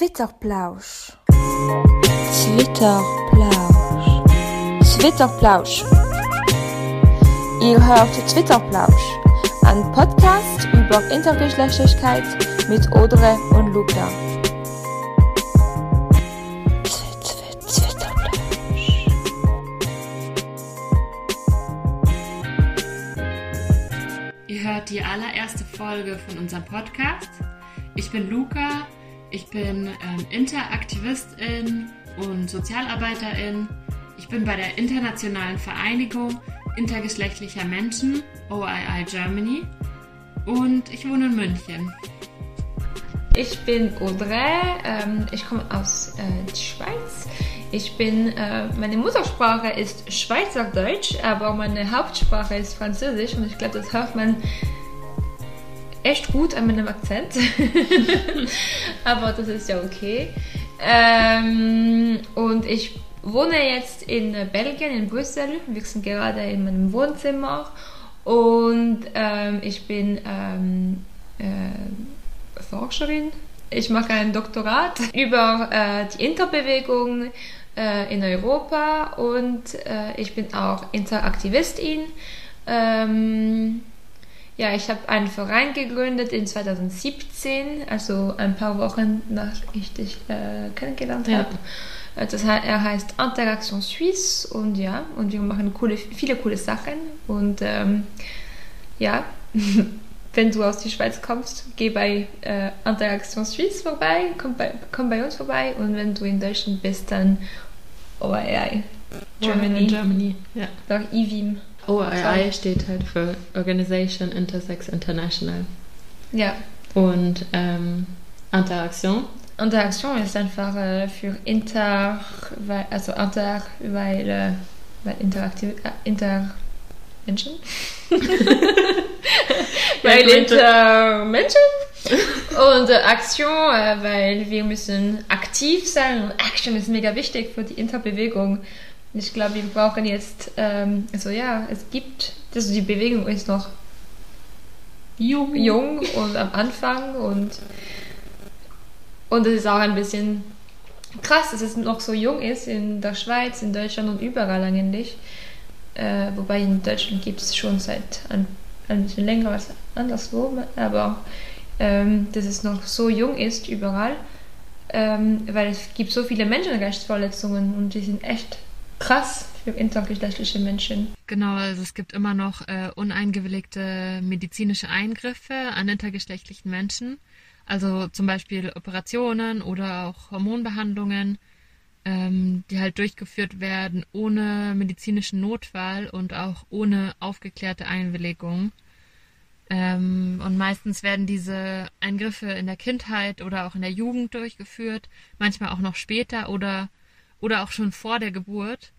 Zwitterplausch. Zwitterplausch. Zwitterplausch. Ihr hört Zwitterplausch, ein Podcast über Intergeschlechtlichkeit mit Audrey und Luca. Zwitterplausch. Ihr hört die allererste Folge von unserem Podcast. Ich bin Luca, ich bin Interaktivistin und Sozialarbeiterin. Ich bin bei der Internationalen Vereinigung intergeschlechtlicher Menschen, OII Germany, und ich wohne in München. Ich bin Audrey, ich komme aus der Schweiz. Meine Muttersprache ist Schweizerdeutsch, aber meine Hauptsprache ist Französisch und ich glaube, das hört man echt gut an meinem Akzent. Aber das ist ja okay. Und ich wohne jetzt in Belgien, in Brüssel. Wir sind gerade in meinem Wohnzimmer und ich bin Forscherin. Ich mache ein Doktorat über die Interbewegung in Europa und ich bin auch Interaktivistin. Ich habe einen Verein gegründet in 2017, also ein paar Wochen nach ich dich kennengelernt habe. Er heißt Interaction Suisse und wir machen viele coole Sachen und wenn du aus der Schweiz kommst, geh bei Interaction Suisse vorbei, komm bei uns vorbei und wenn du in Deutschland bist, dann OII Germany. Ja. Nach IWIM. OII steht halt für Organisation Intersex International. Ja. Und Interaktion? Interaktion ist einfach für weil Menschen. Weil Menschen. Und Aktion, weil wir müssen aktiv sein und Action ist mega wichtig für die Interbewegung. Ich glaube, wir brauchen jetzt, die Bewegung ist noch jung und am Anfang und es ist auch ein bisschen krass, dass es noch so jung ist in der Schweiz, in Deutschland und überall eigentlich. Wobei in Deutschland gibt es schon seit ein bisschen länger als anderswo, aber dass es noch so jung ist überall, weil es gibt so viele Menschenrechtsverletzungen und die sind echt krass für intergeschlechtliche Menschen. Genau, also es gibt immer noch uneingewilligte medizinische Eingriffe an intergeschlechtlichen Menschen, also zum Beispiel Operationen oder auch Hormonbehandlungen, die halt durchgeführt werden ohne medizinischen Notfall und auch ohne aufgeklärte Einwilligung. Und meistens werden diese Eingriffe in der Kindheit oder auch in der Jugend durchgeführt, manchmal auch noch später oder auch schon vor der Geburt.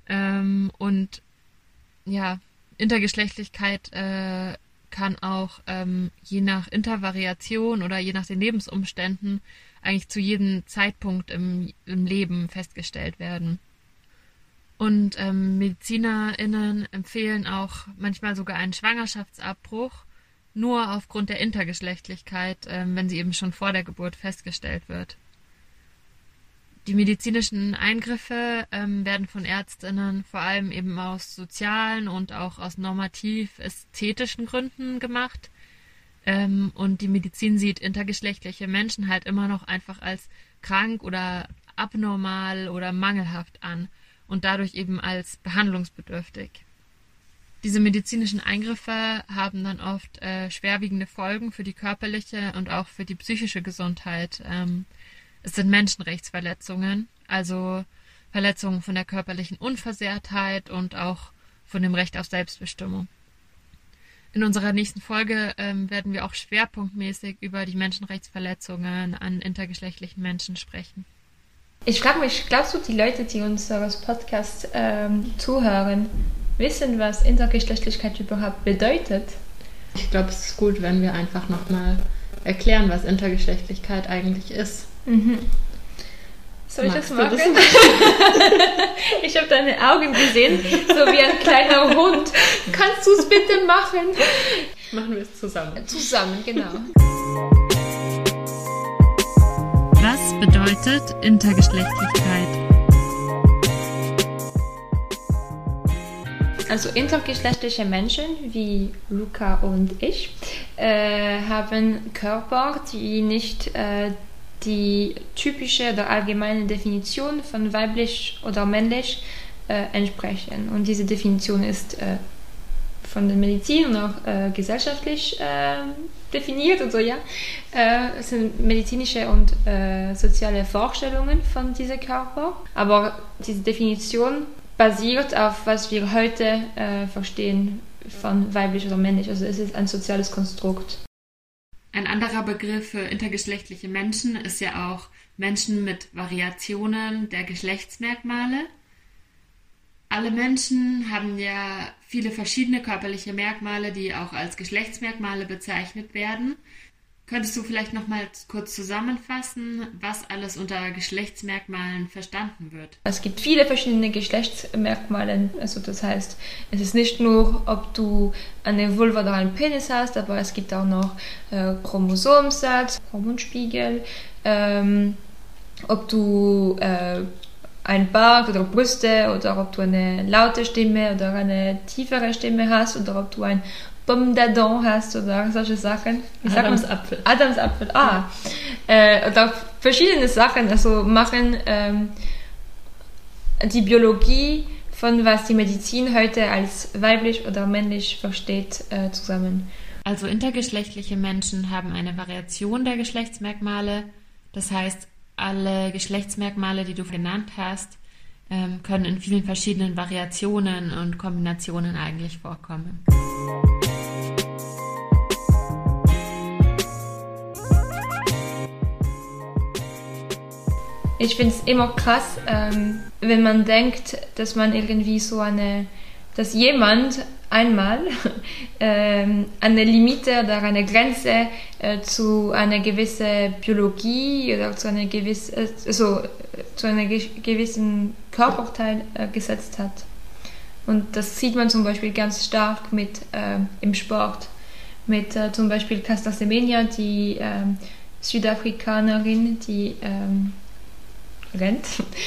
Intergeschlechtlichkeit kann auch je nach Intervariation oder je nach den Lebensumständen eigentlich zu jedem Zeitpunkt im Leben festgestellt werden. Und MedizinerInnen empfehlen auch manchmal sogar einen Schwangerschaftsabbruch, nur aufgrund der Intergeschlechtlichkeit, wenn sie eben schon vor der Geburt festgestellt wird. Die medizinischen Eingriffe werden von ÄrztInnen vor allem eben aus sozialen und auch aus normativ-ästhetischen Gründen gemacht. Und die Medizin sieht intergeschlechtliche Menschen halt immer noch einfach als krank oder abnormal oder mangelhaft an und dadurch eben als behandlungsbedürftig. Diese medizinischen Eingriffe haben dann oft schwerwiegende Folgen für die körperliche und auch für die psychische Gesundheit. Es sind Menschenrechtsverletzungen, also Verletzungen von der körperlichen Unversehrtheit und auch von dem Recht auf Selbstbestimmung. In unserer nächsten Folge werden wir auch schwerpunktmäßig über die Menschenrechtsverletzungen an intergeschlechtlichen Menschen sprechen. Ich frage mich, glaubst du, die Leute, die unseres Podcasts zuhören, wissen, was Intergeschlechtlichkeit überhaupt bedeutet? Ich glaube, es ist gut, wenn wir einfach nochmal erklären, was Intergeschlechtlichkeit eigentlich ist. Mhm. Soll ich das machen? Ich habe deine Augen gesehen, so wie ein kleiner Hund. Kannst du es bitte machen? Machen wir es zusammen. Zusammen, genau. Was Was bedeutet Intergeschlechtlichkeit? Also intergeschlechtliche Menschen wie Luca und ich haben Körper, die nicht die typische oder allgemeine Definition von weiblich oder männlich entsprechen. Und diese Definition ist von der Medizin und auch gesellschaftlich definiert und so, ja. Es sind medizinische und soziale Vorstellungen von diesem Körper. Aber diese Definition basiert auf, was wir heute verstehen von weiblich oder männlich. Also es ist ein soziales Konstrukt. Ein anderer Begriff für intergeschlechtliche Menschen ist ja auch Menschen mit Variationen der Geschlechtsmerkmale. Alle Menschen haben ja viele verschiedene körperliche Merkmale, die auch als Geschlechtsmerkmale bezeichnet werden. Könntest du vielleicht noch mal kurz zusammenfassen, was alles unter Geschlechtsmerkmalen verstanden wird? Es gibt viele verschiedene Geschlechtsmerkmale. Also das heißt, es ist nicht nur, ob du eine Vulva oder einen Penis hast, aber es gibt auch noch Chromosomsatz, Hormonspiegel, ob du ein Bart oder Brüste oder ob du eine laute Stimme oder eine tiefere Stimme hast oder ob du ein Pomme d'Adam hast oder solche Sachen. Adamsapfel. Adamsapfel, oder verschiedene Sachen, also machen die Biologie von was die Medizin heute als weiblich oder männlich versteht, zusammen. Also intergeschlechtliche Menschen haben eine Variation der Geschlechtsmerkmale. Das heißt, alle Geschlechtsmerkmale, die du genannt hast, können in vielen verschiedenen Variationen und Kombinationen eigentlich vorkommen. Ich finde es immer krass, wenn man denkt, dass man irgendwie dass jemand einmal eine Limite oder eine Grenze zu einer gewissen Biologie oder zu einer gewissen Körperteil gesetzt hat. Und das sieht man zum Beispiel ganz stark im Sport. Mit zum Beispiel Caster Semenya, die Südafrikanerin, die rennt.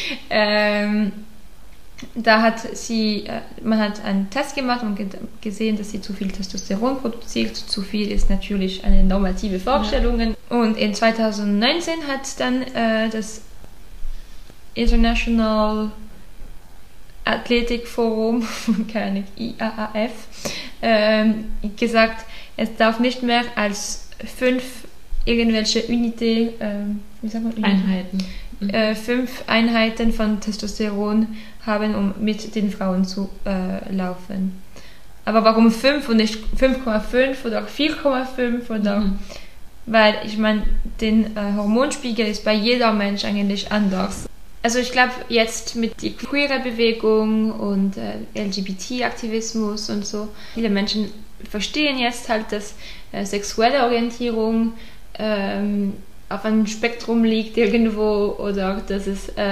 Da hat man hat einen Test gemacht und gesehen, dass sie zu viel Testosteron produziert. Zu viel ist natürlich eine normative Vorstellung. Ja. Und in 2019 hat dann das International Athletic Forum, keine IAAF, gesagt, es darf nicht mehr als 5 irgendwelche Einheiten. 5 Einheiten von Testosteron haben, um mit den Frauen zu laufen. Aber warum 5 und nicht 5,5 oder 4,5 oder? Weil ich meine, den Hormonspiegel ist bei jeder Mensch eigentlich anders. Also ich glaube jetzt mit der Queer-Bewegung und LGBT-Aktivismus und so, viele Menschen verstehen jetzt halt, dass sexuelle Orientierung auf einem Spektrum liegt irgendwo oder dass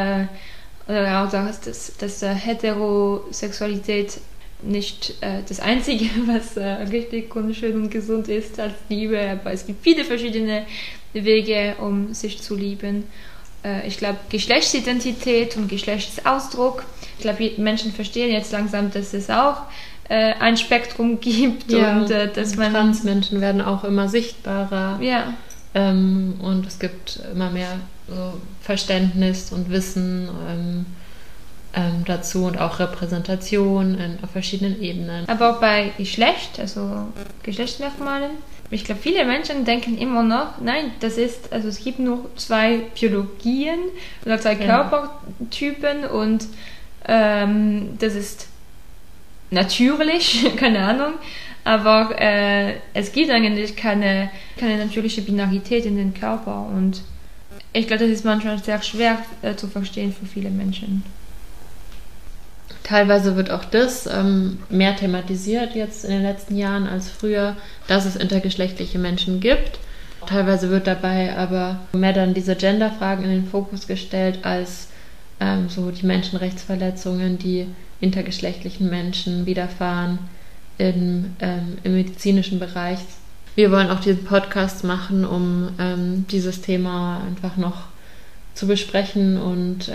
dass Heterosexualität nicht das Einzige, was richtig und schön und gesund ist als Liebe, aber es gibt viele verschiedene Wege, um sich zu lieben. Ich glaube, Geschlechtsidentität und Geschlechtsausdruck, ich glaube, Menschen verstehen jetzt langsam, dass es auch ein Spektrum gibt, ja, und dass man... Transmenschen werden auch immer sichtbarer. Ja. Und es gibt immer mehr so Verständnis und Wissen dazu und auch Repräsentation auf verschiedenen Ebenen. Aber auch bei Geschlecht, also Geschlechtsmerkmalen, ich glaube, viele Menschen denken immer noch, nein, es gibt nur 2 Biologien oder 2 Körpertypen und das ist natürlich, keine Ahnung, aber es gibt eigentlich keine natürliche Binarität in den Körper und ich glaube, das ist manchmal sehr schwer zu verstehen für viele Menschen. Teilweise wird auch das mehr thematisiert jetzt in den letzten Jahren als früher, dass es intergeschlechtliche Menschen gibt. Teilweise wird dabei aber mehr dann diese Genderfragen in den Fokus gestellt als so die Menschenrechtsverletzungen, die intergeschlechtlichen Menschen widerfahren im medizinischen Bereich. Wir wollen auch diesen Podcast machen, um dieses Thema einfach noch zu besprechen und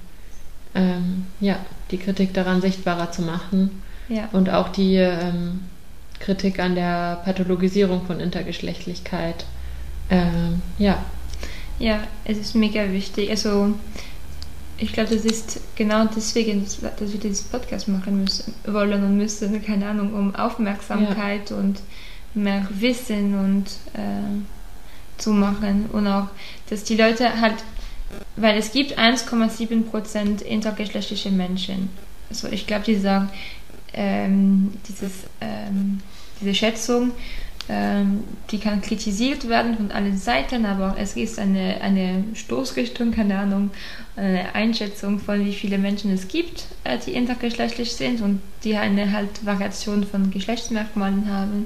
die Kritik daran sichtbarer zu machen. Ja. Und auch die Kritik an der Pathologisierung von Intergeschlechtlichkeit. Ja, es ist mega wichtig. Also ich glaube, das ist genau deswegen, dass wir dieses Podcast machen wollen und müssen, keine Ahnung, um Aufmerksamkeit und mehr Wissen und zu machen. Und auch, dass die Leute halt, weil es gibt 1,7% intergeschlechtliche Menschen. Also ich glaube, die sagen, diese Schätzung, die kann kritisiert werden von allen Seiten, aber es ist eine Stoßrichtung, keine Ahnung, eine Einschätzung von wie viele Menschen es gibt, die intergeschlechtlich sind und die eine halt Variation von Geschlechtsmerkmalen haben.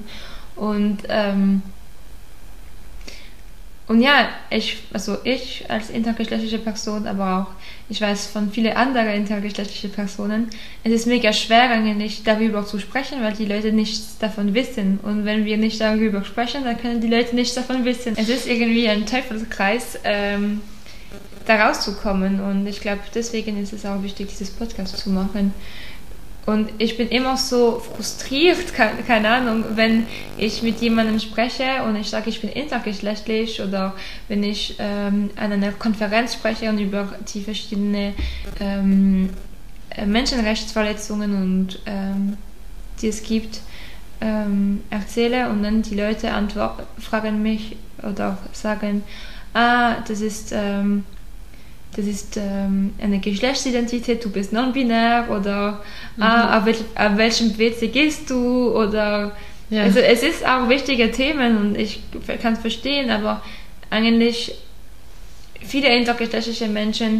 Und ja, ich als intergeschlechtliche Person, aber auch ich weiß von vielen anderen intergeschlechtlichen Personen, es ist mega schwer eigentlich darüber zu sprechen, weil die Leute nichts davon wissen. Und wenn wir nicht darüber sprechen, dann können die Leute nichts davon wissen. Es ist irgendwie ein Teufelskreis, da rauszukommen. Und ich glaube, deswegen ist es auch wichtig, dieses Podcast zu machen. Und ich bin immer so frustriert, keine Ahnung, wenn ich mit jemandem spreche und ich sage, ich bin intergeschlechtlich, oder wenn ich an einer Konferenz spreche und über die verschiedenen Menschenrechtsverletzungen und die es gibt, erzähle, und dann die Leute fragen mich oder sagen, das ist eine Geschlechtsidentität, du bist non-binär, oder auf welchem WC gehst du, oder also es ist auch wichtige Themen und ich kann es verstehen, aber eigentlich viele intergeschlechtliche Menschen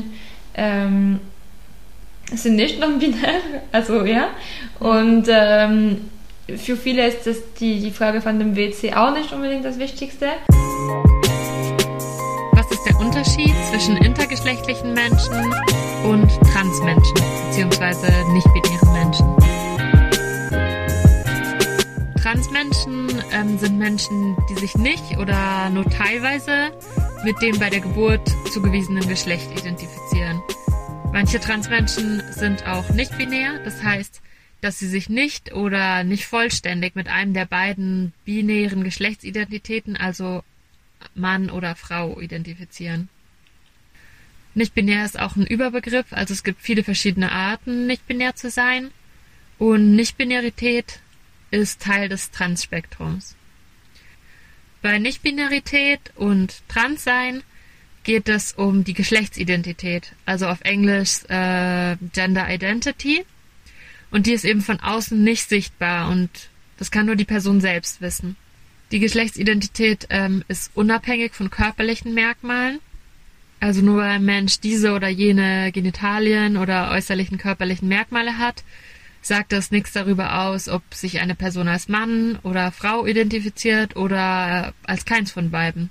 sind nicht non-binär, also und für viele ist das die Frage von dem WC auch nicht unbedingt das Wichtigste. Was ist der Unterschied zwischen intergeschlechtlichen Menschen und Transmenschen bzw. nicht-binären Menschen? Transmenschen sind Menschen, die sich nicht oder nur teilweise mit dem bei der Geburt zugewiesenen Geschlecht identifizieren. Manche Transmenschen sind auch nicht-binär, das heißt, dass sie sich nicht oder nicht vollständig mit einem der beiden binären Geschlechtsidentitäten, also Mann oder Frau, identifizieren. Nicht-binär ist auch ein Überbegriff, also es gibt viele verschiedene Arten, nicht-binär zu sein, und Nicht-Binarität ist Teil des Trans-Spektrums. Bei Nicht-Binarität und Transsein geht es um die Geschlechtsidentität, also auf Englisch Gender Identity, und die ist eben von außen nicht sichtbar und das kann nur die Person selbst wissen. Die Geschlechtsidentität ist unabhängig von körperlichen Merkmalen. Also nur weil ein Mensch diese oder jene Genitalien oder äußerlichen körperlichen Merkmale hat, sagt das nichts darüber aus, ob sich eine Person als Mann oder Frau identifiziert oder als keins von beiden.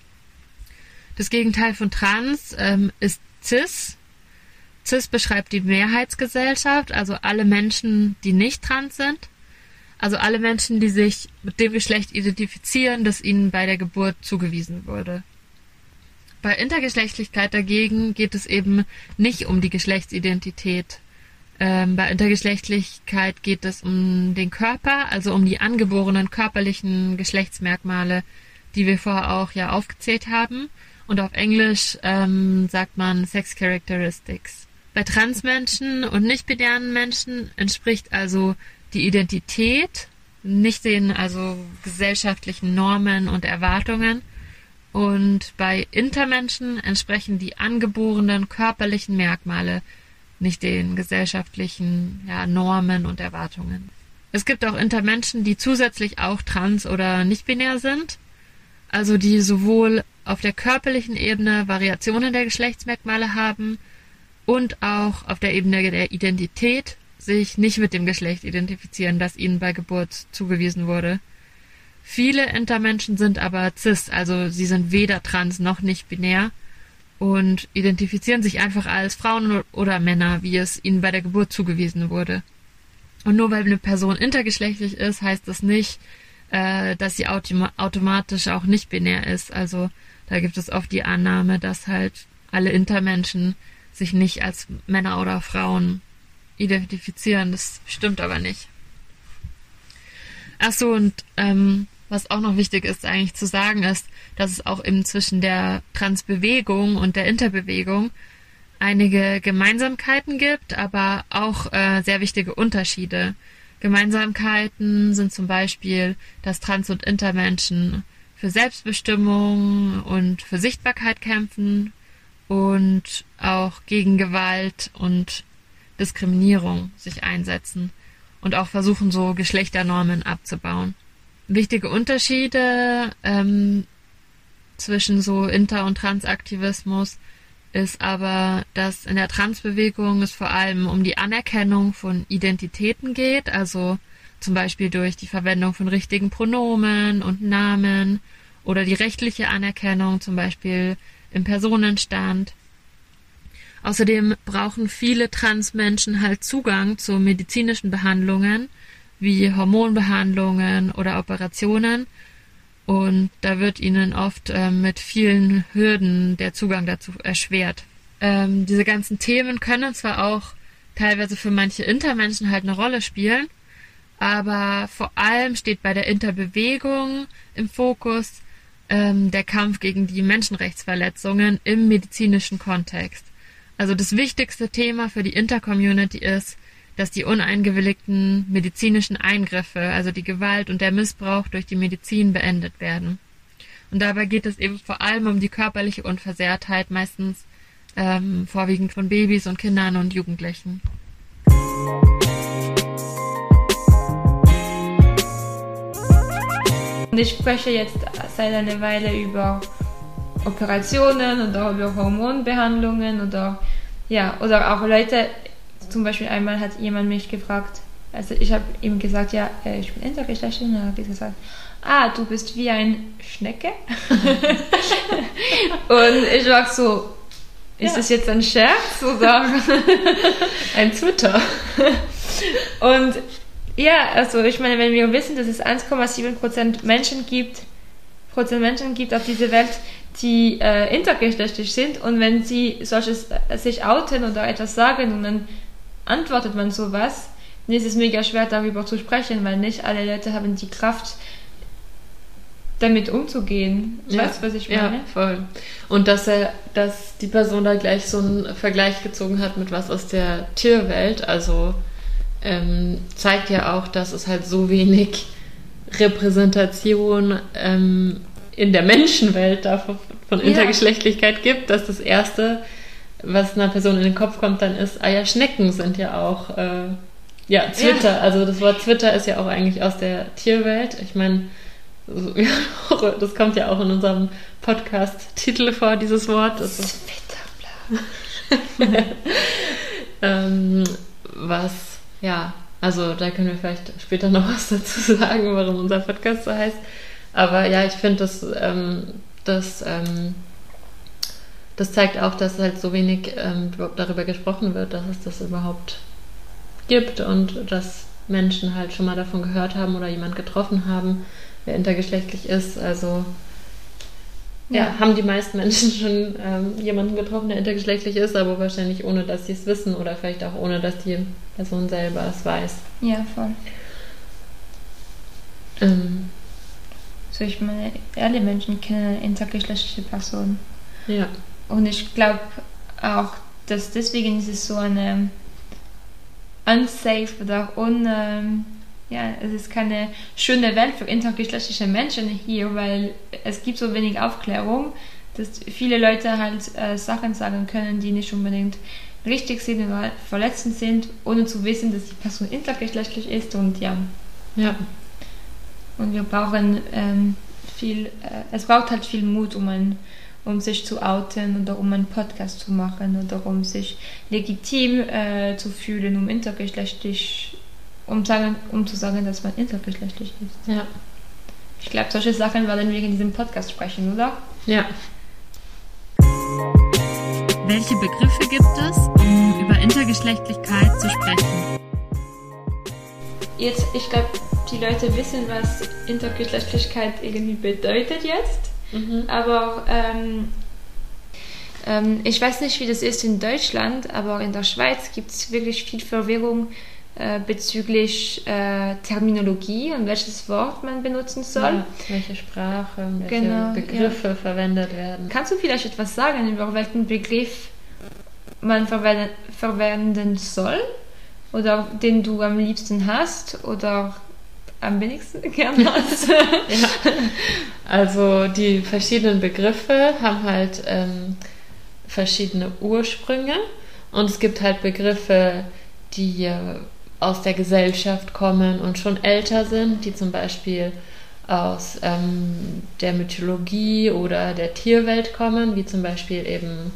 Das Gegenteil von Trans ist Cis. Cis beschreibt die Mehrheitsgesellschaft, also alle Menschen, die nicht trans sind. Also alle Menschen, die sich mit dem Geschlecht identifizieren, das ihnen bei der Geburt zugewiesen wurde. Bei Intergeschlechtlichkeit dagegen geht es eben nicht um die Geschlechtsidentität. Bei Intergeschlechtlichkeit geht es um den Körper, also um die angeborenen körperlichen Geschlechtsmerkmale, die wir vorher auch aufgezählt haben. Und auf Englisch sagt man Sex Characteristics. Bei Transmenschen und nicht-binären Menschen entspricht also die Identität nicht den gesellschaftlichen Normen und Erwartungen. Und bei Intermenschen entsprechen die angeborenen körperlichen Merkmale nicht den gesellschaftlichen Normen und Erwartungen. Es gibt auch Intermenschen, die zusätzlich auch trans- oder nicht-binär sind, also die sowohl auf der körperlichen Ebene Variationen der Geschlechtsmerkmale haben und auch auf der Ebene der Identität sich nicht mit dem Geschlecht identifizieren, das ihnen bei Geburt zugewiesen wurde. Viele Intermenschen sind aber cis, also sie sind weder trans noch nicht binär und identifizieren sich einfach als Frauen oder Männer, wie es ihnen bei der Geburt zugewiesen wurde. Und nur weil eine Person intergeschlechtlich ist, heißt das nicht, dass sie automatisch auch nicht binär ist. Also da gibt es oft die Annahme, dass halt alle Intermenschen sich nicht als Männer oder Frauen identifizieren. Das stimmt aber nicht. Ach so, und was auch noch wichtig ist eigentlich zu sagen ist, dass es auch eben zwischen der Transbewegung und der Interbewegung einige Gemeinsamkeiten gibt, aber auch sehr wichtige Unterschiede. Gemeinsamkeiten sind zum Beispiel, dass Trans- und Intermenschen für Selbstbestimmung und für Sichtbarkeit kämpfen und auch gegen Gewalt und Diskriminierung sich einsetzen und auch versuchen, so Geschlechternormen abzubauen. Wichtige Unterschiede zwischen so Inter- und Transaktivismus ist aber, dass in der Transbewegung es vor allem um die Anerkennung von Identitäten geht, also zum Beispiel durch die Verwendung von richtigen Pronomen und Namen oder die rechtliche Anerkennung, zum Beispiel im Personenstand. Außerdem brauchen viele Transmenschen halt Zugang zu medizinischen Behandlungen, wie Hormonbehandlungen oder Operationen. Und da wird ihnen oft mit vielen Hürden der Zugang dazu erschwert. Diese ganzen Themen können zwar auch teilweise für manche Intermenschen halt eine Rolle spielen, aber vor allem steht bei der Interbewegung im Fokus der Kampf gegen die Menschenrechtsverletzungen im medizinischen Kontext. Also das wichtigste Thema für die Inter-Community ist, dass die uneingewilligten medizinischen Eingriffe, also die Gewalt und der Missbrauch durch die Medizin beendet werden. Und dabei geht es eben vor allem um die körperliche Unversehrtheit, meistens vorwiegend von Babys und Kindern und Jugendlichen. Und ich spreche jetzt seit einer Weile über Operationen oder über Hormonbehandlungen oder auch Leute. Zum Beispiel einmal hat jemand mich gefragt, also ich habe ihm gesagt, ja, ich bin intergeschlechtlich, und dann hat er gesagt, du bist wie ein Schnecke. Und ich war so, ist das jetzt ein Scherz oder ein Twitter? Und ja, also ich meine, wenn wir wissen, dass es 1,7% Menschen gibt auf dieser Welt, die intergeschlechtlich sind, und wenn sie solches sich outen oder etwas sagen und dann antwortet man sowas, dann ist es mega schwer, darüber zu sprechen, weil nicht alle Leute haben die Kraft, damit umzugehen. Weißt du, was ich meine? Ja, voll. Und dass die Person da gleich so einen Vergleich gezogen hat mit was aus der Tierwelt, also zeigt ja auch, dass es halt so wenig Repräsentation in der Menschenwelt davon von Intergeschlechtlichkeit gibt, dass das Erste, was einer Person in den Kopf kommt, dann ist, Schnecken sind ja auch Zwitter. Ja. Also das Wort Zwitter ist ja auch eigentlich aus der Tierwelt. Ich meine, das kommt ja auch in unserem Podcast-Titel vor, dieses Wort. Also da können wir vielleicht später noch was dazu sagen, warum unser Podcast so heißt. Aber ja, ich finde, das zeigt auch, dass halt so wenig darüber gesprochen wird, dass es das überhaupt gibt und dass Menschen halt schon mal davon gehört haben oder jemand getroffen haben, wer intergeschlechtlich ist. Also haben die meisten Menschen schon jemanden getroffen, der intergeschlechtlich ist, aber wahrscheinlich ohne, dass sie es wissen oder vielleicht auch ohne, dass die Person selber es weiß. Ja, voll. So, ich meine, alle Menschen kennen eine intergeschlechtliche Person. Ja. Und ich glaube auch, dass deswegen ist es so eine unsafe oder es ist keine schöne Welt für intergeschlechtliche Menschen hier, weil es gibt so wenig Aufklärung, dass viele Leute halt Sachen sagen können, die nicht unbedingt richtig sind oder verletzend sind, ohne zu wissen, dass die Person intergeschlechtlich ist und ja. Und wir brauchen es braucht halt viel Mut, um sich zu outen oder um einen Podcast zu machen oder um sich legitim zu fühlen, um zu sagen, dass man intergeschlechtlich ist. Ja. Ich glaube, solche Sachen werden wir in diesem Podcast sprechen, oder? Ja. Welche Begriffe gibt es, um über Intergeschlechtlichkeit zu sprechen? Jetzt, ich glaube, die Leute wissen, was Intergeschlechtlichkeit irgendwie bedeutet jetzt. Aber Ich weiß nicht, wie das ist in Deutschland, aber in der Schweiz gibt es wirklich viel Verwirrung bezüglich Terminologie und welches Wort man benutzen soll. Ja, welche Sprache, welche Begriffe verwendet werden. Kannst du vielleicht etwas sagen, über welchen Begriff man verwenden soll? Oder den du am liebsten hast oder am wenigsten gern hast? Ja. Also die verschiedenen Begriffe haben halt verschiedene Ursprünge und es gibt halt Begriffe, die aus der Gesellschaft kommen und schon älter sind, die zum Beispiel aus der Mythologie oder der Tierwelt kommen, wie zum Beispiel eben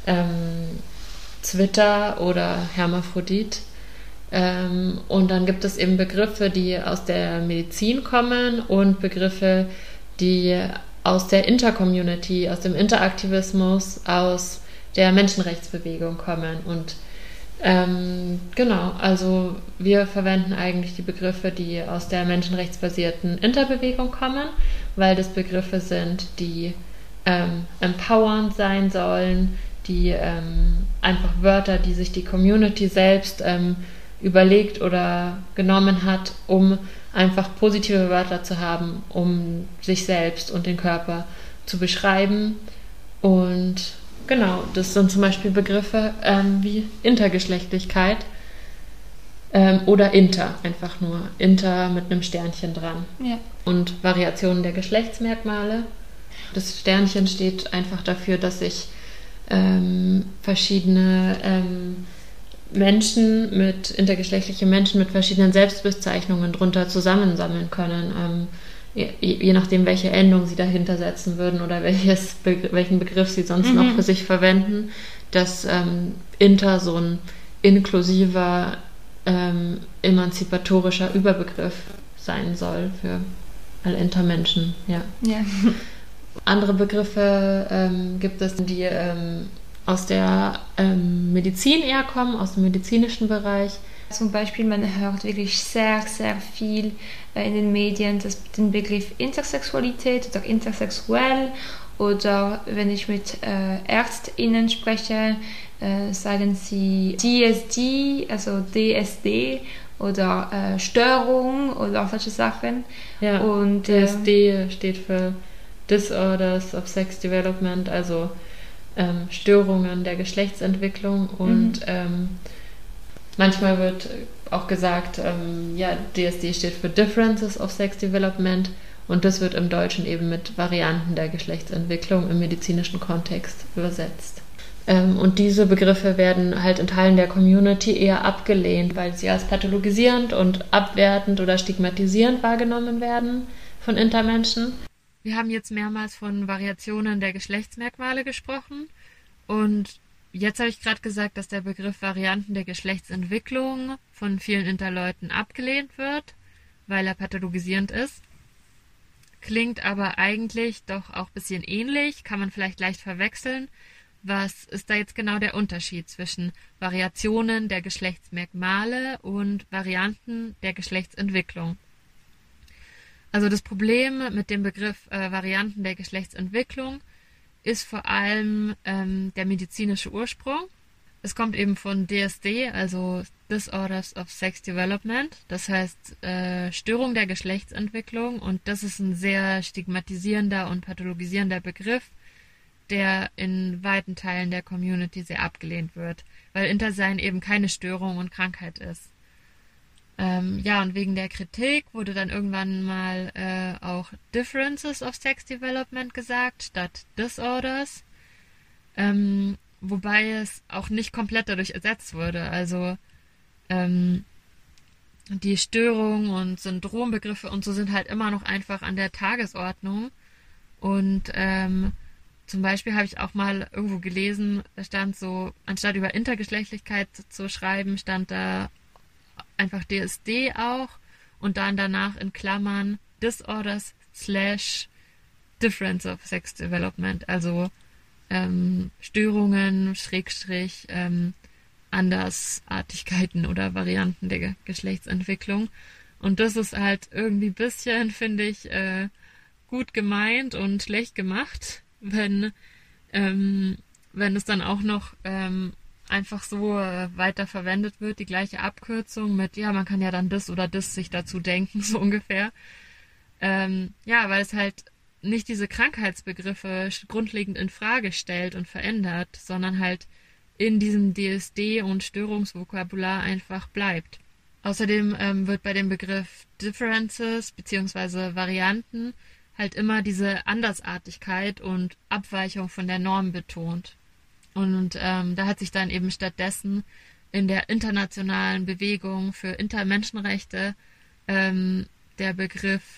Zwitter oder Hermaphrodit. Und dann gibt es eben Begriffe, die aus der Medizin kommen und Begriffe, die aus der Intercommunity, aus dem Interaktivismus, aus der Menschenrechtsbewegung kommen. Und genau, also wir verwenden eigentlich die Begriffe, die aus der menschenrechtsbasierten Interbewegung kommen, weil das Begriffe sind, die empowernd sein sollen, die einfach Wörter, die sich die Community selbst überlegt oder genommen hat, um einfach positive Wörter zu haben, um sich selbst und den Körper zu beschreiben. Und genau, das sind zum Beispiel Begriffe wie Intergeschlechtlichkeit oder Inter, einfach nur Inter mit einem Sternchen dran. Ja. Und Variationen der Geschlechtsmerkmale. Das Sternchen steht einfach dafür, dass sich verschiedene intergeschlechtliche Menschen mit verschiedenen Selbstbezeichnungen drunter zusammensammeln können. Je nachdem, welche Endung sie dahinter setzen würden oder welchen Begriff sie sonst noch für sich verwenden, dass Inter so ein inklusiver, emanzipatorischer Überbegriff sein soll für alle Intermenschen. Ja. Andere Begriffe gibt es, die aus der Medizin eher kommen, aus dem medizinischen Bereich. Zum Beispiel, man hört wirklich sehr, sehr viel in den Medien den Begriff Intersexualität oder intersexuell, oder wenn ich mit ÄrztInnen spreche, sagen sie DSD, also DSD oder Störung oder solche Sachen. Ja, und DSD steht für Disorders of Sex Development, also Störungen der Geschlechtsentwicklung und manchmal wird auch gesagt, DSD steht für Differences of Sex Development und das wird im Deutschen eben mit Varianten der Geschlechtsentwicklung im medizinischen Kontext übersetzt. Und diese Begriffe werden halt in Teilen der Community eher abgelehnt, weil sie als pathologisierend und abwertend oder stigmatisierend wahrgenommen werden von Intermenschen. Wir haben jetzt mehrmals von Variationen der Geschlechtsmerkmale gesprochen und jetzt habe ich gerade gesagt, dass der Begriff Varianten der Geschlechtsentwicklung von vielen Interleuten abgelehnt wird, weil er pathologisierend ist. Klingt aber eigentlich doch auch ein bisschen ähnlich, kann man vielleicht leicht verwechseln. Was ist da jetzt genau der Unterschied zwischen Variationen der Geschlechtsmerkmale und Varianten der Geschlechtsentwicklung? Also das Problem mit dem Begriff Varianten der Geschlechtsentwicklung ist vor allem der medizinische Ursprung. Es kommt eben von DSD, also Disorders of Sex Development, das heißt Störung der Geschlechtsentwicklung, und das ist ein sehr stigmatisierender und pathologisierender Begriff, der in weiten Teilen der Community sehr abgelehnt wird, weil Intersein eben keine Störung und Krankheit ist. Und wegen der Kritik wurde dann irgendwann mal auch Differences of Sex Development gesagt, statt Disorders, wobei es auch nicht komplett dadurch ersetzt wurde. Also die Störung und Syndrombegriffe und so sind halt immer noch einfach an der Tagesordnung. Und zum Beispiel habe ich auch mal irgendwo gelesen, da stand so, anstatt über Intergeschlechtlichkeit zu schreiben, stand da einfach DSD auch und dann danach in Klammern Disorders / Difference of Sex Development, also Störungen, Andersartigkeiten oder Varianten der Geschlechtsentwicklung. Und das ist halt irgendwie ein bisschen, finde ich, gut gemeint und schlecht gemacht, wenn wenn es dann auch noch einfach so weiter verwendet wird, die gleiche Abkürzung mit, ja, man kann ja dann das oder das sich dazu denken, so ungefähr. Weil es halt nicht diese Krankheitsbegriffe grundlegend in Frage stellt und verändert, sondern halt in diesem DSD- und Störungsvokabular einfach bleibt. Außerdem wird bei dem Begriff Differences bzw. Varianten halt immer diese Andersartigkeit und Abweichung von der Norm betont. Und da hat sich dann eben stattdessen in der internationalen Bewegung für Intermenschenrechte der Begriff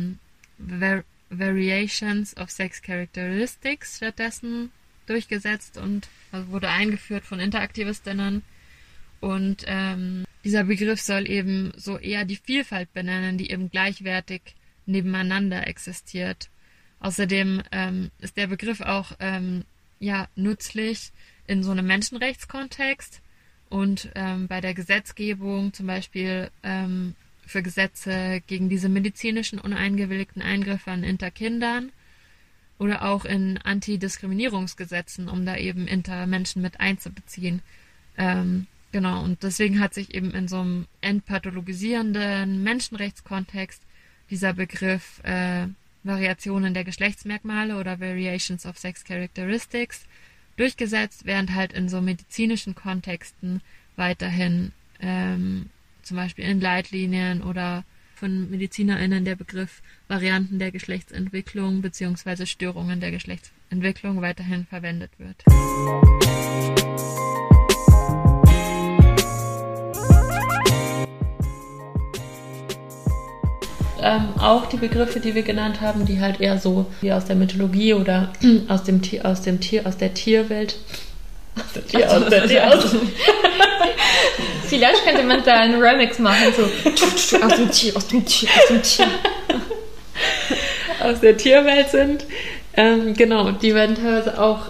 Variations of Sex Characteristics stattdessen durchgesetzt und wurde eingeführt von Interaktivistinnen. Und dieser Begriff soll eben so eher die Vielfalt benennen, die eben gleichwertig nebeneinander existiert. Außerdem ist der Begriff auch nützlich in so einem Menschenrechtskontext und bei der Gesetzgebung, zum Beispiel für Gesetze gegen diese medizinischen uneingewilligten Eingriffe an Interkindern oder auch in Antidiskriminierungsgesetzen, um da eben Intermenschen mit einzubeziehen. Und deswegen hat sich eben in so einem entpathologisierenden Menschenrechtskontext dieser Begriff Variationen der Geschlechtsmerkmale oder Variations of Sex Characteristics durchgesetzt, während halt in so medizinischen Kontexten weiterhin zum Beispiel in Leitlinien oder von MedizinerInnen der Begriff Varianten der Geschlechtsentwicklung bzw. Störungen der Geschlechtsentwicklung weiterhin verwendet wird. Auch die Begriffe, die wir genannt haben, die halt eher so wie aus der Mythologie oder aus der Tierwelt. Vielleicht könnte man da einen Remix machen, so aus dem Tier. Aus der Tierwelt sind. Die werden teilweise auch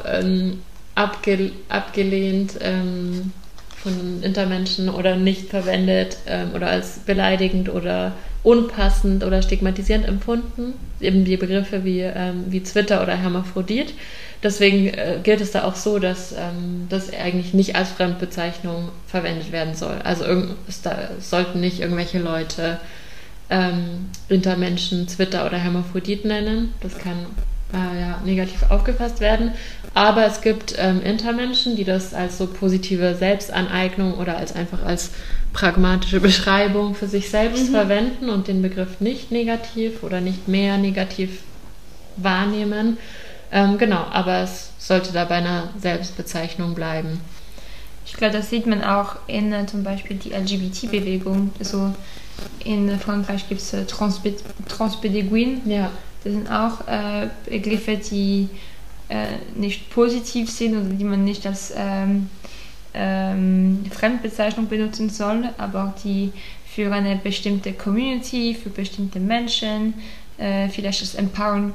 abgelehnt von Intermenschen oder nicht verwendet oder als beleidigend oder unpassend oder stigmatisierend empfunden. Eben die Begriffe wie Zwitter oder Hermaphrodit. Deswegen gilt es da auch so, dass das eigentlich nicht als Fremdbezeichnung verwendet werden soll. Also sollten nicht irgendwelche Leute Intermenschen Zwitter oder Hermaphrodit nennen. Das kann negativ aufgefasst werden. Aber es gibt Intermenschen, die das als so positive Selbstaneignung oder einfach als pragmatische Beschreibung für sich selbst verwenden und den Begriff nicht negativ oder nicht mehr negativ wahrnehmen. Aber es sollte da bei einer Selbstbezeichnung bleiben. Ich glaube, das sieht man auch in zum Beispiel die LGBT-Bewegung. Also in Frankreich gibt es Transpédéguine. Ja. Das sind auch Begriffe, die nicht positiv sind oder die man nicht als Fremdbezeichnung benutzen soll, aber die für eine bestimmte Community, für bestimmte Menschen vielleicht als empowernd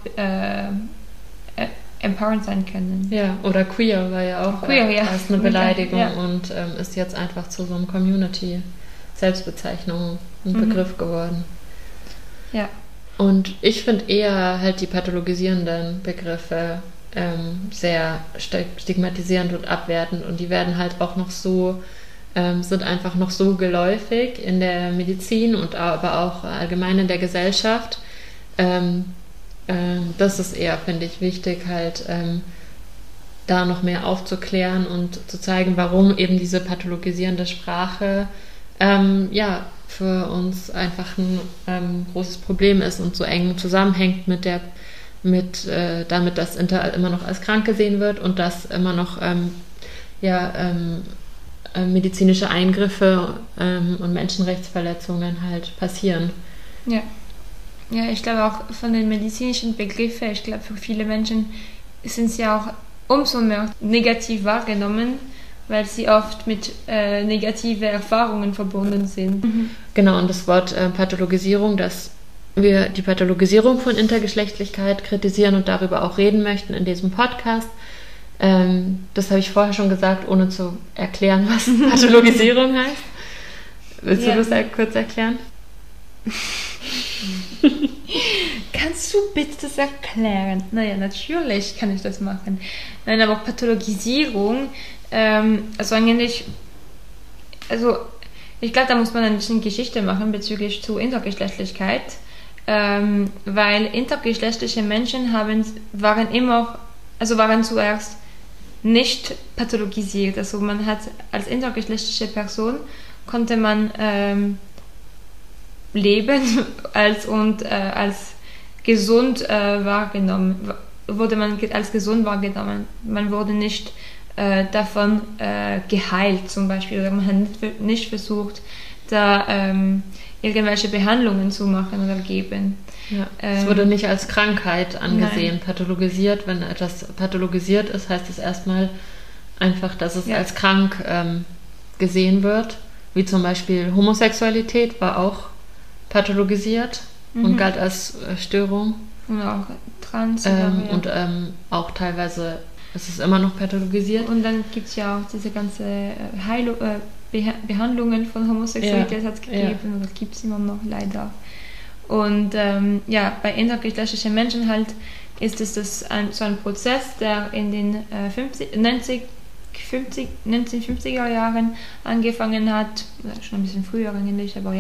sein können. Ja, oder queer war ja auch erst eine Beleidigung und ist jetzt einfach zu so einem Community-Selbstbezeichnung ein Begriff geworden. Ja. Und ich finde eher halt die pathologisierenden Begriffe sehr stigmatisierend und abwertend und die werden halt auch noch so, sind einfach noch so geläufig in der Medizin und aber auch allgemein in der Gesellschaft. Das ist eher, finde ich, wichtig, halt da noch mehr aufzuklären und zu zeigen, warum eben diese pathologisierende Sprache für uns einfach ein großes Problem ist und so eng zusammenhängt damit, dass Inter immer noch als krank gesehen wird und dass immer noch medizinische Eingriffe und Menschenrechtsverletzungen halt passieren. Ja. Ja, ich glaube auch von den medizinischen Begriffen, ich glaube für viele Menschen sind sie auch umso mehr negativ wahrgenommen, weil sie oft mit negativen Erfahrungen verbunden sind. Genau, und das Wort Pathologisierung, dass wir die Pathologisierung von Intergeschlechtlichkeit kritisieren und darüber auch reden möchten in diesem Podcast. Das habe ich vorher schon gesagt, ohne zu erklären, was Pathologisierung heißt. Willst du das kurz erklären? kannst du bitte das erklären? Naja, natürlich kann ich das machen. Nein, aber Pathologisierung, ich glaube, da muss man ein bisschen Geschichte machen bezüglich zu Intergeschlechtlichkeit, weil intergeschlechtliche Menschen waren zuerst nicht pathologisiert. Also man hat als intergeschlechtliche Person konnte man leben als gesund wahrgenommen, wurde man als gesund wahrgenommen. Man wurde nicht davon geheilt zum Beispiel, oder man hat nicht versucht, da irgendwelche Behandlungen zu machen oder geben. Ja, es wurde nicht als Krankheit angesehen, pathologisiert. Wenn etwas pathologisiert ist, heißt es erstmal einfach, dass es als krank gesehen wird. Wie zum Beispiel Homosexualität war auch pathologisiert und galt als Störung. Und auch Trans. Und auch teilweise ist es immer noch pathologisiert. Und dann gibt es ja auch diese ganze Behandlungen von Homosexualität hat es gegeben oder gibt es immer noch leider. Und bei intergeschlechtlichen Menschen halt ist es so ein Prozess, der in den 1950er Jahren angefangen hat, schon ein bisschen früher eigentlich, aber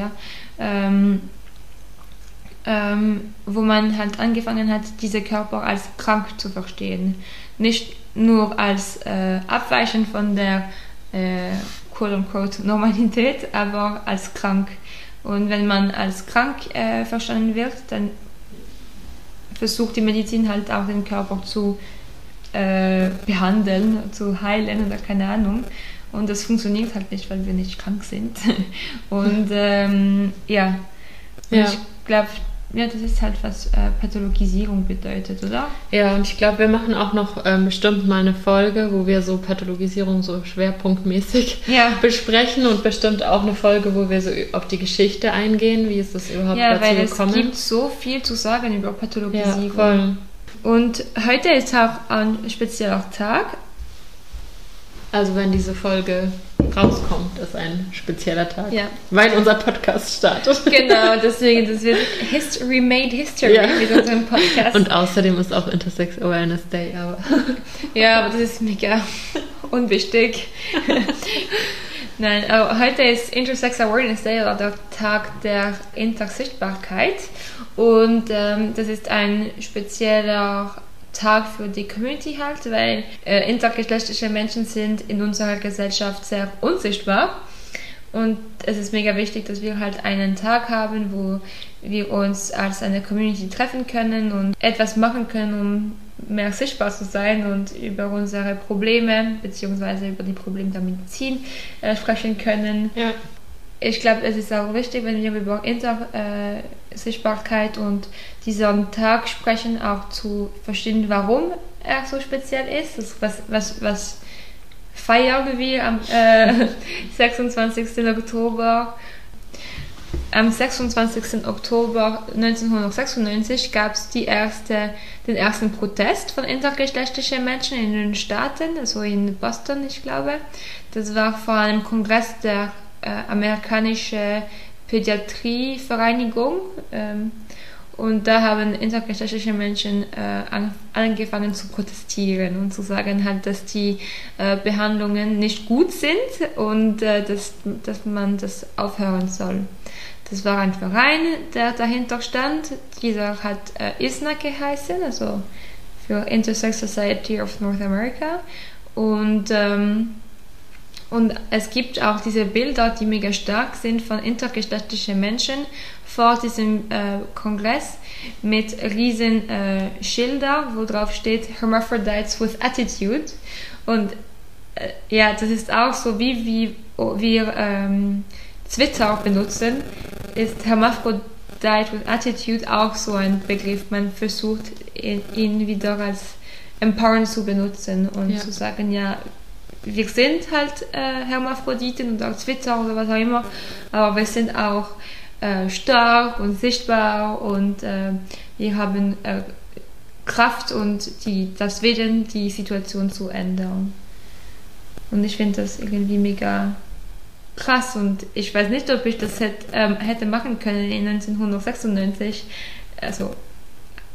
wo man halt angefangen hat, diese Körper als krank zu verstehen. Nicht nur als Abweichen von der quote-unquote Normalität, aber als krank. Und wenn man als krank verstanden wird, dann versucht die Medizin halt auch den Körper zu behandeln, zu heilen oder keine Ahnung. Und das funktioniert halt nicht, weil wir nicht krank sind. Und ich glaube, das ist halt, was Pathologisierung bedeutet, oder? Ja, und ich glaube, wir machen auch noch bestimmt mal eine Folge, wo wir so Pathologisierung so schwerpunktmäßig besprechen und bestimmt auch eine Folge, wo wir so auf die Geschichte eingehen, wie ist das überhaupt dazu gekommen. Ja, weil es gibt so viel zu sagen über Pathologisierung. Ja, voll. Und heute ist auch ein spezieller Tag. Also wenn diese Folge rauskommt, ist ein spezieller Tag, weil unser Podcast startet. Genau, deswegen, das wird History made History mit unserem Podcast. Und außerdem ist auch Intersex Awareness Day. Aber aber das ist mega unwichtig. Nein, aber heute ist Intersex Awareness Day, oder der Tag der Intersichtbarkeit. Und das ist ein spezieller Tag für die Community halt, weil intergeschlechtliche Menschen sind in unserer Gesellschaft sehr unsichtbar. Und es ist mega wichtig, dass wir halt einen Tag haben, wo wir uns als eine Community treffen können und etwas machen können, um mehr sichtbar zu sein und über unsere Probleme bzw. über die Probleme der Medizin sprechen können. Ja. Ich glaube, es ist auch wichtig, wenn wir über Intersichtbarkeit und diesen Tag sprechen, auch zu verstehen, warum er so speziell ist. Was feiern wir am 26. Oktober? Am 26. Oktober 1996 gab es den ersten Protest von intergeschlechtlichen Menschen in den Staaten, also in Boston, ich glaube. Das war vor einem Kongress der amerikanische Pädiatrievereinigung, und da haben intergeschlechtliche Menschen angefangen zu protestieren und zu sagen halt, dass die Behandlungen nicht gut sind und dass man das aufhören soll. Das war ein Verein, der dahinter stand. Dieser hat ISNA geheißen, also für Intersex Society of North America, und es gibt auch diese Bilder, die mega stark sind von intergeschlechtlichen Menschen vor diesem Kongress mit riesen Schilder, wo drauf steht Hermaphrodites with Attitude. Und das ist auch so, wie wir Twitter benutzen, ist Hermaphrodite with Attitude auch so ein Begriff. Man versucht ihn wieder als empowernd zu benutzen und zu sagen, wir sind halt Hermaphroditen und auf Twitter oder was auch immer, aber wir sind auch stark und sichtbar und wir haben Kraft und das Willen, die Situation zu ändern. Und ich finde das irgendwie mega krass und ich weiß nicht, ob ich das hätte machen können in 1996. Also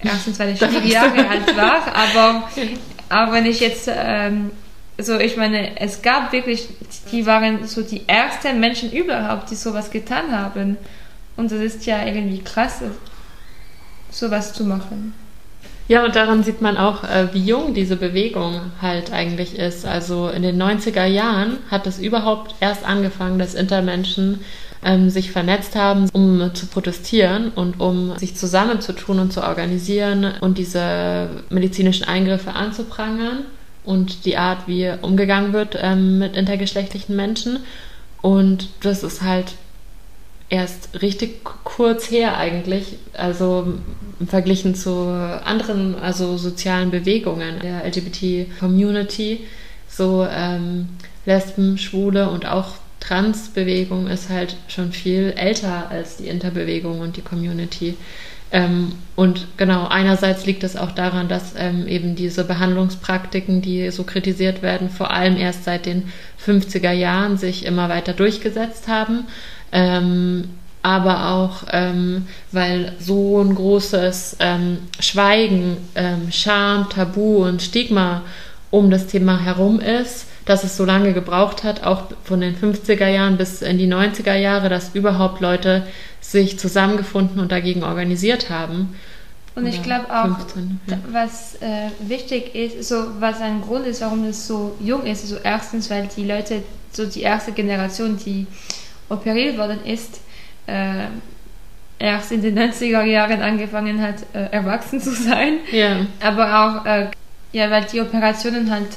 erstens, weil ich 4 Jahre alt war, aber wenn ich jetzt, ich meine, es gab wirklich, die waren so die ersten Menschen überhaupt, die sowas getan haben. Und das ist ja irgendwie krass, sowas zu machen. Ja, und daran sieht man auch, wie jung diese Bewegung halt eigentlich ist. Also in den 90er Jahren hat es überhaupt erst angefangen, dass Intermenschen sich vernetzt haben, um zu protestieren und um sich zusammenzutun und zu organisieren und diese medizinischen Eingriffe anzuprangern und die Art, wie umgegangen wird mit intergeschlechtlichen Menschen. Und das ist halt erst richtig kurz her eigentlich, also verglichen zu anderen, also sozialen Bewegungen der LGBT-Community, so Lesben, Schwule und auch Trans-Bewegung ist halt schon viel älter als die Interbewegung und die Community. Und genau, einerseits liegt es auch daran, dass eben diese Behandlungspraktiken, die so kritisiert werden, vor allem erst seit den 50er Jahren sich immer weiter durchgesetzt haben. Aber auch, weil so ein großes Schweigen, Scham, Tabu und Stigma um das Thema herum ist, dass es so lange gebraucht hat, auch von den 50er Jahren bis in die 90er Jahre, dass überhaupt Leute sich zusammengefunden und dagegen organisiert haben. Und ich glaube auch, was wichtig ist, so was ein Grund ist, warum es so jung ist, so erstens, weil die Leute, so die erste Generation, die operiert worden ist, erst in den 90er Jahren angefangen hat, erwachsen zu sein. Ja. Aber auch, weil die Operationen halt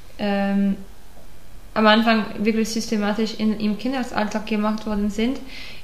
am Anfang wirklich systematisch im Kindesalter gemacht worden sind,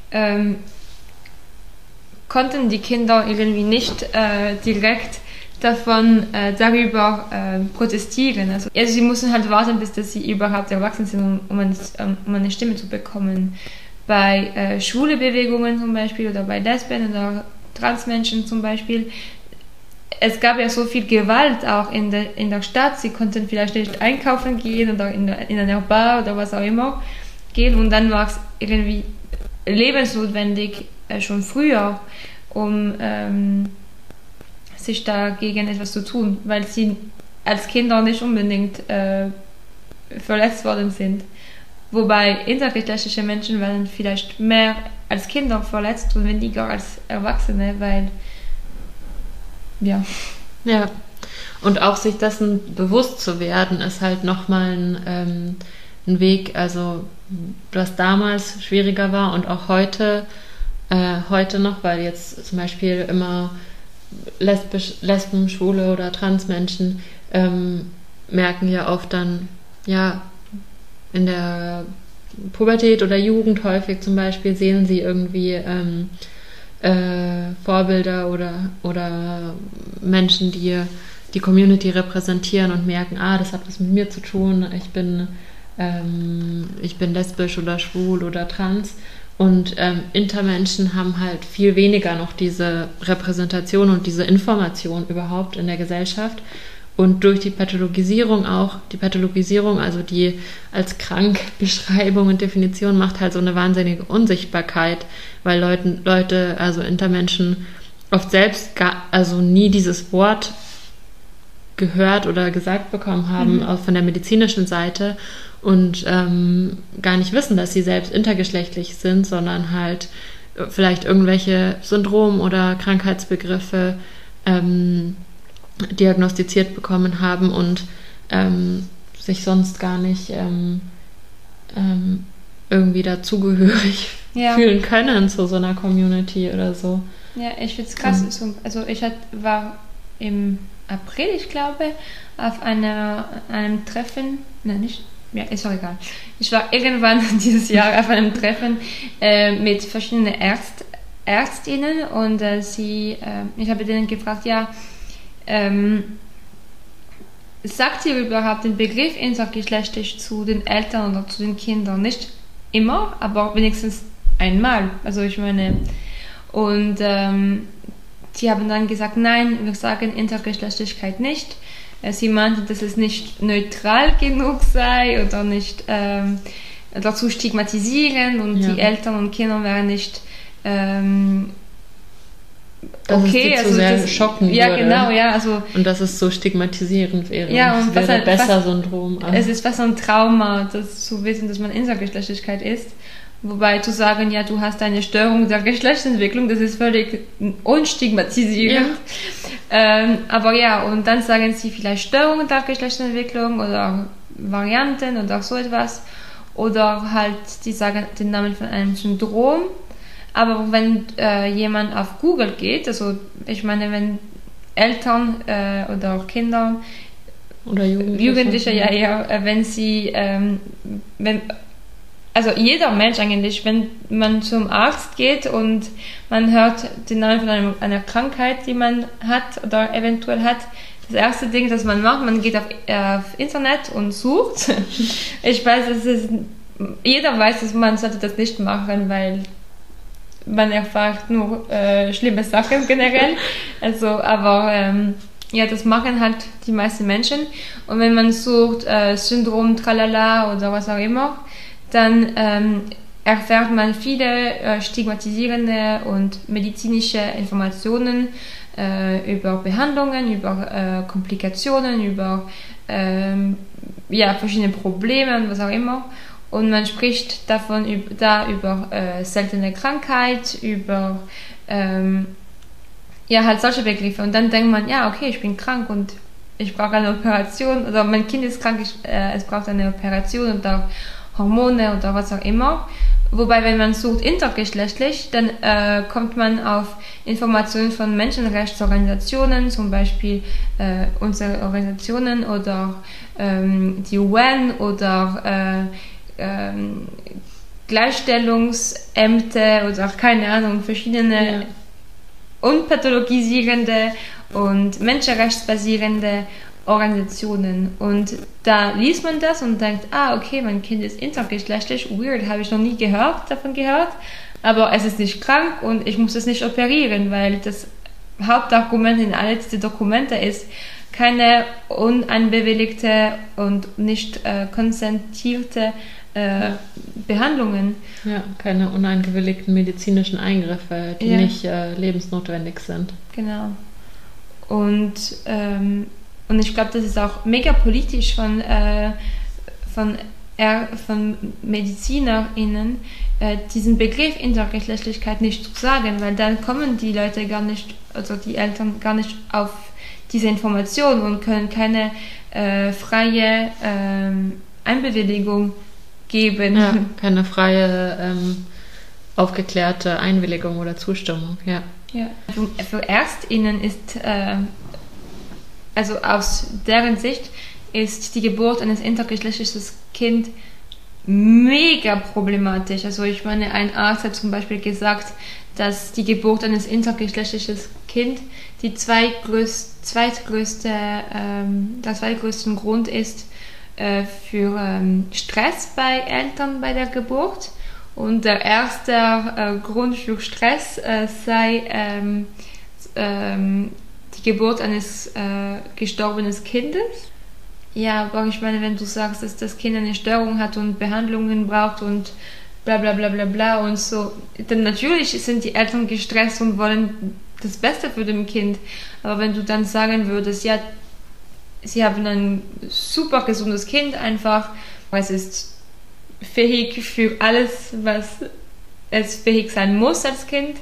konnten die Kinder irgendwie nicht direkt darüber protestieren. Also sie mussten halt warten, bis dass sie überhaupt erwachsen sind, um eine Stimme zu bekommen. Bei schwule Bewegungen zum Beispiel oder bei Lesben oder Transmenschen zum Beispiel, es gab ja so viel Gewalt auch in der Stadt, sie konnten vielleicht nicht einkaufen gehen oder in einer Bar oder was auch immer gehen und dann war es irgendwie lebensnotwendig schon früher, um sich dagegen etwas zu tun, weil sie als Kinder nicht unbedingt verletzt worden sind. Wobei intergeschlechtliche Menschen werden vielleicht mehr als Kinder verletzt und weniger als Erwachsene, weil ja. Und auch sich dessen bewusst zu werden, ist halt nochmal ein Weg, also was damals schwieriger war und auch heute noch, weil jetzt zum Beispiel immer Lesben, Schwule oder Transmenschen merken ja oft dann, ja, in der Pubertät oder Jugend häufig zum Beispiel sehen sie irgendwie Vorbilder oder Menschen, die die Community repräsentieren und merken, das hat was mit mir zu tun, ich bin lesbisch oder schwul oder trans. Und Intermenschen haben halt viel weniger noch diese Repräsentation und diese Information überhaupt in der Gesellschaft. Und durch die Pathologisierung, also die als krank Beschreibung und Definition macht halt so eine wahnsinnige Unsichtbarkeit, weil Leute, also Intermenschen, oft selbst nie dieses Wort gehört oder gesagt bekommen haben, auch von der medizinischen Seite und gar nicht wissen, dass sie selbst intergeschlechtlich sind, sondern halt vielleicht irgendwelche Syndrom- oder Krankheitsbegriffe diagnostiziert bekommen haben und sich sonst gar nicht irgendwie dazugehörig fühlen können zu so einer Community oder so. Ja, ich finde es krass. Also ich war im April, ich glaube, auf einem Treffen, ist auch egal. Ich war irgendwann dieses Jahr auf einem Treffen mit verschiedenen Ärztinnen und ich habe denen gefragt, sagt ihr überhaupt den Begriff intergeschlechtlich zu den Eltern oder zu den Kindern? Nicht immer, aber wenigstens einmal. Also ich meine, und die haben dann gesagt, nein, wir sagen Intergeschlechtlichkeit nicht. Sie meinten, dass es nicht neutral genug sei oder nicht dazu stigmatisieren und die Eltern und Kinder wären nicht dass okay, es die also zu sehr das, schocken ja, würde. genau, ja, also Und dass es so stigmatisierend wäre. ja, und und das was wäre halt- Besser-Syndrom. es ist fast so ein Trauma, das zu wissen, dass man Intergeschlechtlichkeit ist. Wobei zu sagen, ja, du hast eine Störung der Geschlechtsentwicklung, das ist völlig unstigmatisierend. Aber ja, und dann sagen sie vielleicht Störungen der Geschlechtsentwicklung oder Varianten oder so etwas. Oder halt, die sagen den Namen von einem Syndrom. Aber wenn jemand auf Google geht, also ich meine, wenn Eltern oder auch Kinder Oder Jugendliche, ja, wenn sie, also jeder Mensch eigentlich, wenn man zum Arzt geht und man hört den Namen von einer Krankheit, die man hat oder eventuell hat, das erste Ding, das man macht, man geht auf Internet und sucht. Ich weiß, jeder weiß, dass man sollte das nicht machen, weil man erfährt nur schlimme Sachen generell. Also, aber ja, das machen halt die meisten Menschen. Und wenn man sucht Syndrom Tralala oder was auch immer, dann erfährt man viele stigmatisierende und medizinische Informationen über Behandlungen, über Komplikationen, über ja, verschiedene Probleme und was auch immer. Und man spricht davon über seltene Krankheit, über ja, halt solche Begriffe. Und dann denkt man, ja, okay, ich bin krank und ich brauche eine Operation oder mein Kind ist krank, es braucht eine Operation und auch Hormone oder was auch immer. Wobei, wenn man sucht intergeschlechtlich, dann kommt man auf Informationen von Menschenrechtsorganisationen, zum Beispiel unsere Organisationen oder die UN oder Gleichstellungsämter oder keine Ahnung, verschiedene unpathologisierende und menschenrechtsbasierende Organisationen. Und da liest man das und denkt, okay, mein Kind ist intergeschlechtlich, weird, habe ich noch nie davon gehört, aber es ist nicht krank und ich muss es nicht operieren, weil das Hauptargument in all diese Dokumente ist, keine uneinbewilligte und nicht konsentierte Behandlungen. Ja, keine uneingewilligten medizinischen Eingriffe, die nicht lebensnotwendig sind. Genau. Und ich glaube, das ist auch mega politisch von MedizinerInnen, diesen Begriff Intergeschlechtlichkeit nicht zu sagen, weil dann kommen die Leute gar nicht, also die Eltern gar nicht auf diese Information und können keine freie Einwilligung geben. Ja, keine freie, aufgeklärte Einwilligung oder Zustimmung, ja. Ja. Für ÄrztInnen ist, also aus deren Sicht, ist die Geburt eines intergeschlechtlichen Kindes mega problematisch. Also ich meine, ein Arzt hat zum Beispiel gesagt, dass die Geburt eines intergeschlechtlichen Kindes der zweitgrößte Grund ist für Stress bei Eltern bei der Geburt. Und der erste Grund für Stress sei die Geburt eines gestorbenen Kindes. Ja, aber ich meine, wenn du sagst, dass das Kind eine Störung hat und Behandlungen braucht und bla bla bla bla bla und so, dann natürlich sind die Eltern gestresst und wollen das Beste für das Kind. Aber wenn du dann sagen würdest, ja, sie haben ein super gesundes Kind einfach, es ist fähig für alles, was es fähig sein muss als Kind,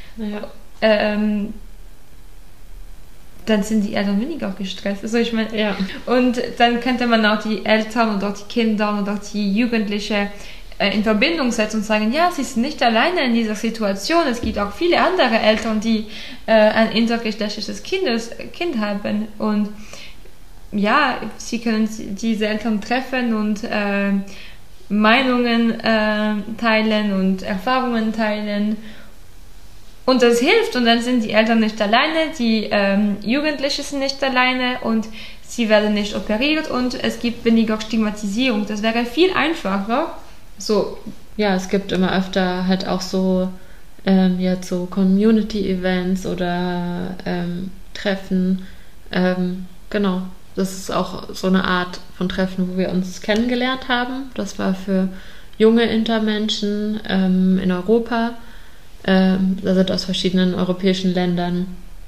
dann sind die Eltern weniger gestresst. Also ich meine, ja. Und dann könnte man auch die Eltern oder auch die Kinder oder auch die Jugendlichen in Verbindung setzen und sagen, ja, sie sind nicht alleine in dieser Situation. Es gibt auch viele andere Eltern, die ein intergeschlechtliches Kind haben. Und ja, sie können diese Eltern treffen und Meinungen teilen und Erfahrungen teilen. Und das hilft. Und dann sind die Eltern nicht alleine, die Jugendlichen sind nicht alleine und sie werden nicht operiert und es gibt weniger Stigmatisierung. Das wäre viel einfacher. So. Ja, es gibt immer öfter halt auch so jetzt so Community-Events oder Treffen. Genau, das ist auch so eine Art von Treffen, wo wir uns kennengelernt haben. Das war für junge Intermenschen in Europa. Da sind aus verschiedenen europäischen Ländern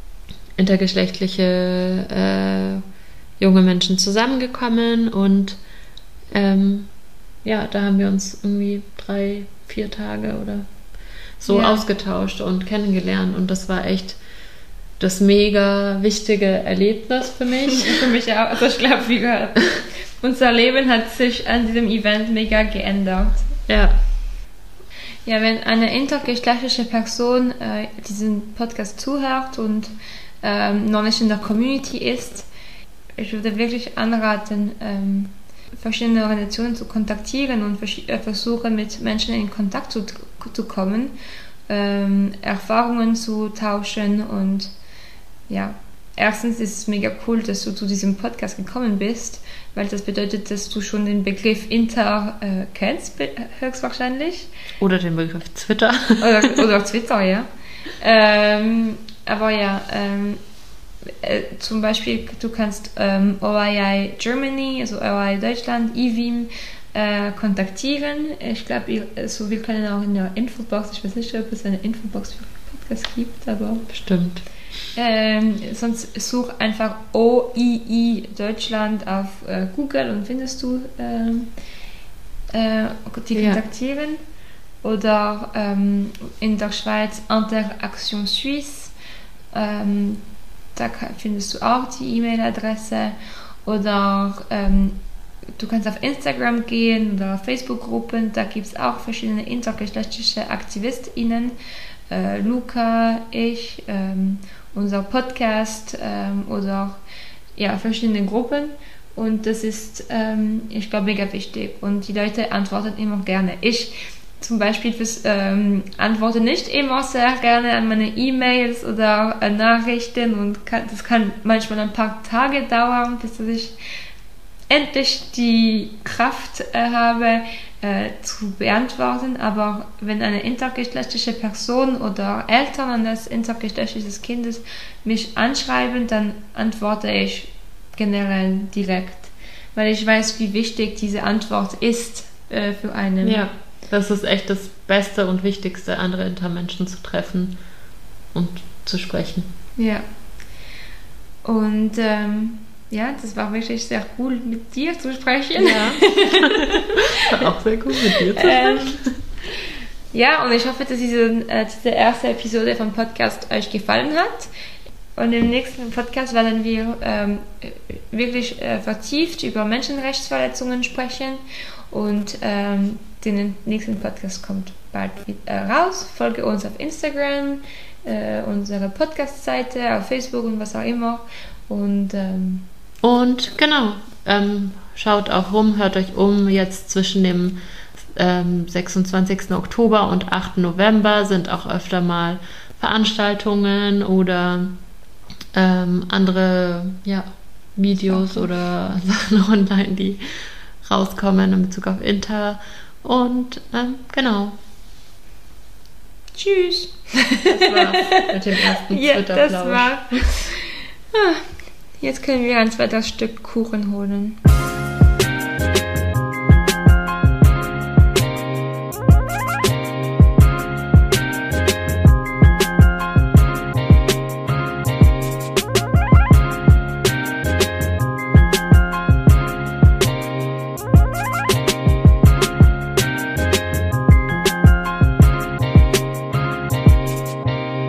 intergeschlechtliche junge Menschen zusammengekommen und da haben wir uns irgendwie 3-4 Tage oder so ausgetauscht und kennengelernt und das war echt das mega wichtige Erlebnis für mich. Für mich auch. Also ich glaube, unser Leben hat sich an diesem Event mega geändert. Ja. Ja, wenn eine intergeschlechtliche Person diesen Podcast zuhört und noch nicht in der Community ist, ich würde wirklich anraten, verschiedene Organisationen zu kontaktieren und versuchen, mit Menschen in Kontakt zu kommen, Erfahrungen zu tauschen und ja, erstens ist es mega cool, dass du zu diesem Podcast gekommen bist, weil das bedeutet, dass du schon den Begriff Inter kennst, höchstwahrscheinlich. Oder den Begriff Twitter. Oder Twitter, ja. Aber ja, zum Beispiel, du kannst OII Germany, also OII Deutschland, IWIM, kontaktieren. Ich glaube, wir können auch in der Infobox, ich weiß nicht, ob es eine Infobox für Podcast gibt, aber... Bestimmt. Sonst such einfach OII Deutschland auf Google und findest du die kontaktieren. Oder in der Schweiz Interaction Suisse, da findest du auch die E-Mail-Adresse. Oder du kannst auf Instagram gehen oder auf Facebook-Gruppen, da gibt es auch verschiedene intergeschlechtliche AktivistInnen. Luca, ich, unser Podcast oder ja, verschiedene Gruppen und das ist, ich glaube, mega wichtig und die Leute antworten immer gerne. Ich zum Beispiel antworte nicht immer sehr gerne an meine E-Mails oder Nachrichten und das kann manchmal ein paar Tage dauern, bis ich endlich die Kraft habe, zu beantworten, aber wenn eine intergeschlechtliche Person oder Eltern eines intergeschlechtlichen Kindes mich anschreiben, dann antworte ich generell direkt, weil ich weiß, wie wichtig diese Antwort ist für einen. Ja, das ist echt das Beste und Wichtigste, andere Intermenschen zu treffen und zu sprechen. Ja. Und ja, das war wirklich sehr cool, mit dir zu sprechen. Ja. War auch sehr cool, mit dir zu sprechen. Ja, und ich hoffe, dass diese erste Episode vom Podcast euch gefallen hat. Und im nächsten Podcast werden wir wirklich vertieft über Menschenrechtsverletzungen sprechen. Und der nächste Podcast kommt bald raus. Folge uns auf Instagram, unsere Podcast-Seite, auf Facebook und was auch immer. Und genau, schaut auch rum, hört euch um. Jetzt zwischen dem 26. Oktober und 8. November sind auch öfter mal Veranstaltungen oder andere Videos oder Sachen online, die rauskommen in Bezug auf Inter. Und genau. Tschüss. Das war's mit dem ersten Twitter-Plausch. Das war... Jetzt können wir ein zweites Stück Kuchen holen.